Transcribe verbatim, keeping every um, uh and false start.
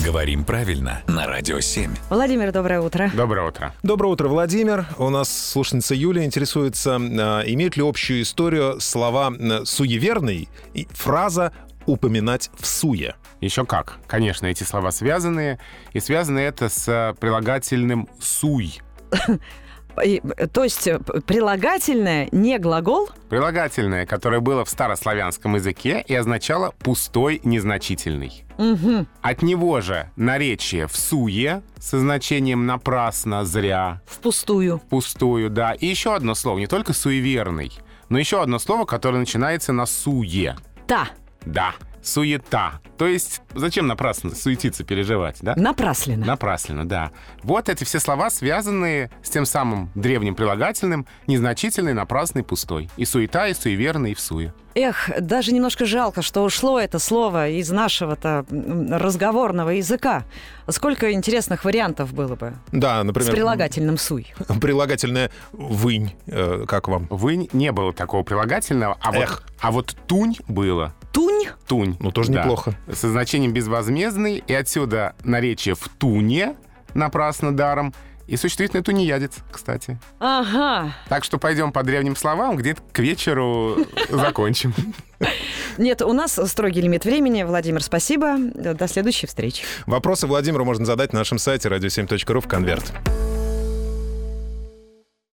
Говорим правильно на Радио семь. Владимир, доброе утро. Доброе утро. Доброе утро, Владимир. У нас слушательница Юлия интересуется, имеют ли общую историю слова «суеверный» и фраза «упоминать в суе». Еще как. Конечно, эти слова связаны. И связано это с прилагательным «суй». То есть прилагательное не глагол? Прилагательное, которое было в старославянском языке и означало «пустой, незначительный». Угу. От него же наречие «в суе» со значением «напрасно», «зря». Впустую. «Впустую», да. И еще одно слово, не только «суеверный», но еще одно слово, которое начинается на «суе». Та. Да. Суета. То есть, зачем напрасно суетиться, переживать, да? Напрасленно. Напрасленно, да. Вот эти все слова связаны с тем самым древним прилагательным незначительный, напрасный, пустой. И суета, и суеверный, и всуе. Эх, даже немножко жалко, что ушло это слово из нашего-то разговорного языка. Сколько интересных вариантов было бы. Да, например... С прилагательным «суй». Прилагательное «вынь». Э, как вам? «Вынь» не было такого прилагательного, а вот, а вот «тунь» было. Тунь? Тунь. Ну, тоже да. неплохо. Со значением безвозмездный, и отсюда наречие «в туне», напрасно даром, и существительный тунеядец, кстати. Ага. Так что пойдем по древним словам, где-то к вечеру закончим. Нет, у нас строгий лимит времени. Владимир, спасибо. До следующей встречи. Вопросы Владимиру можно задать на нашем сайте радио семь точка ру в конверт.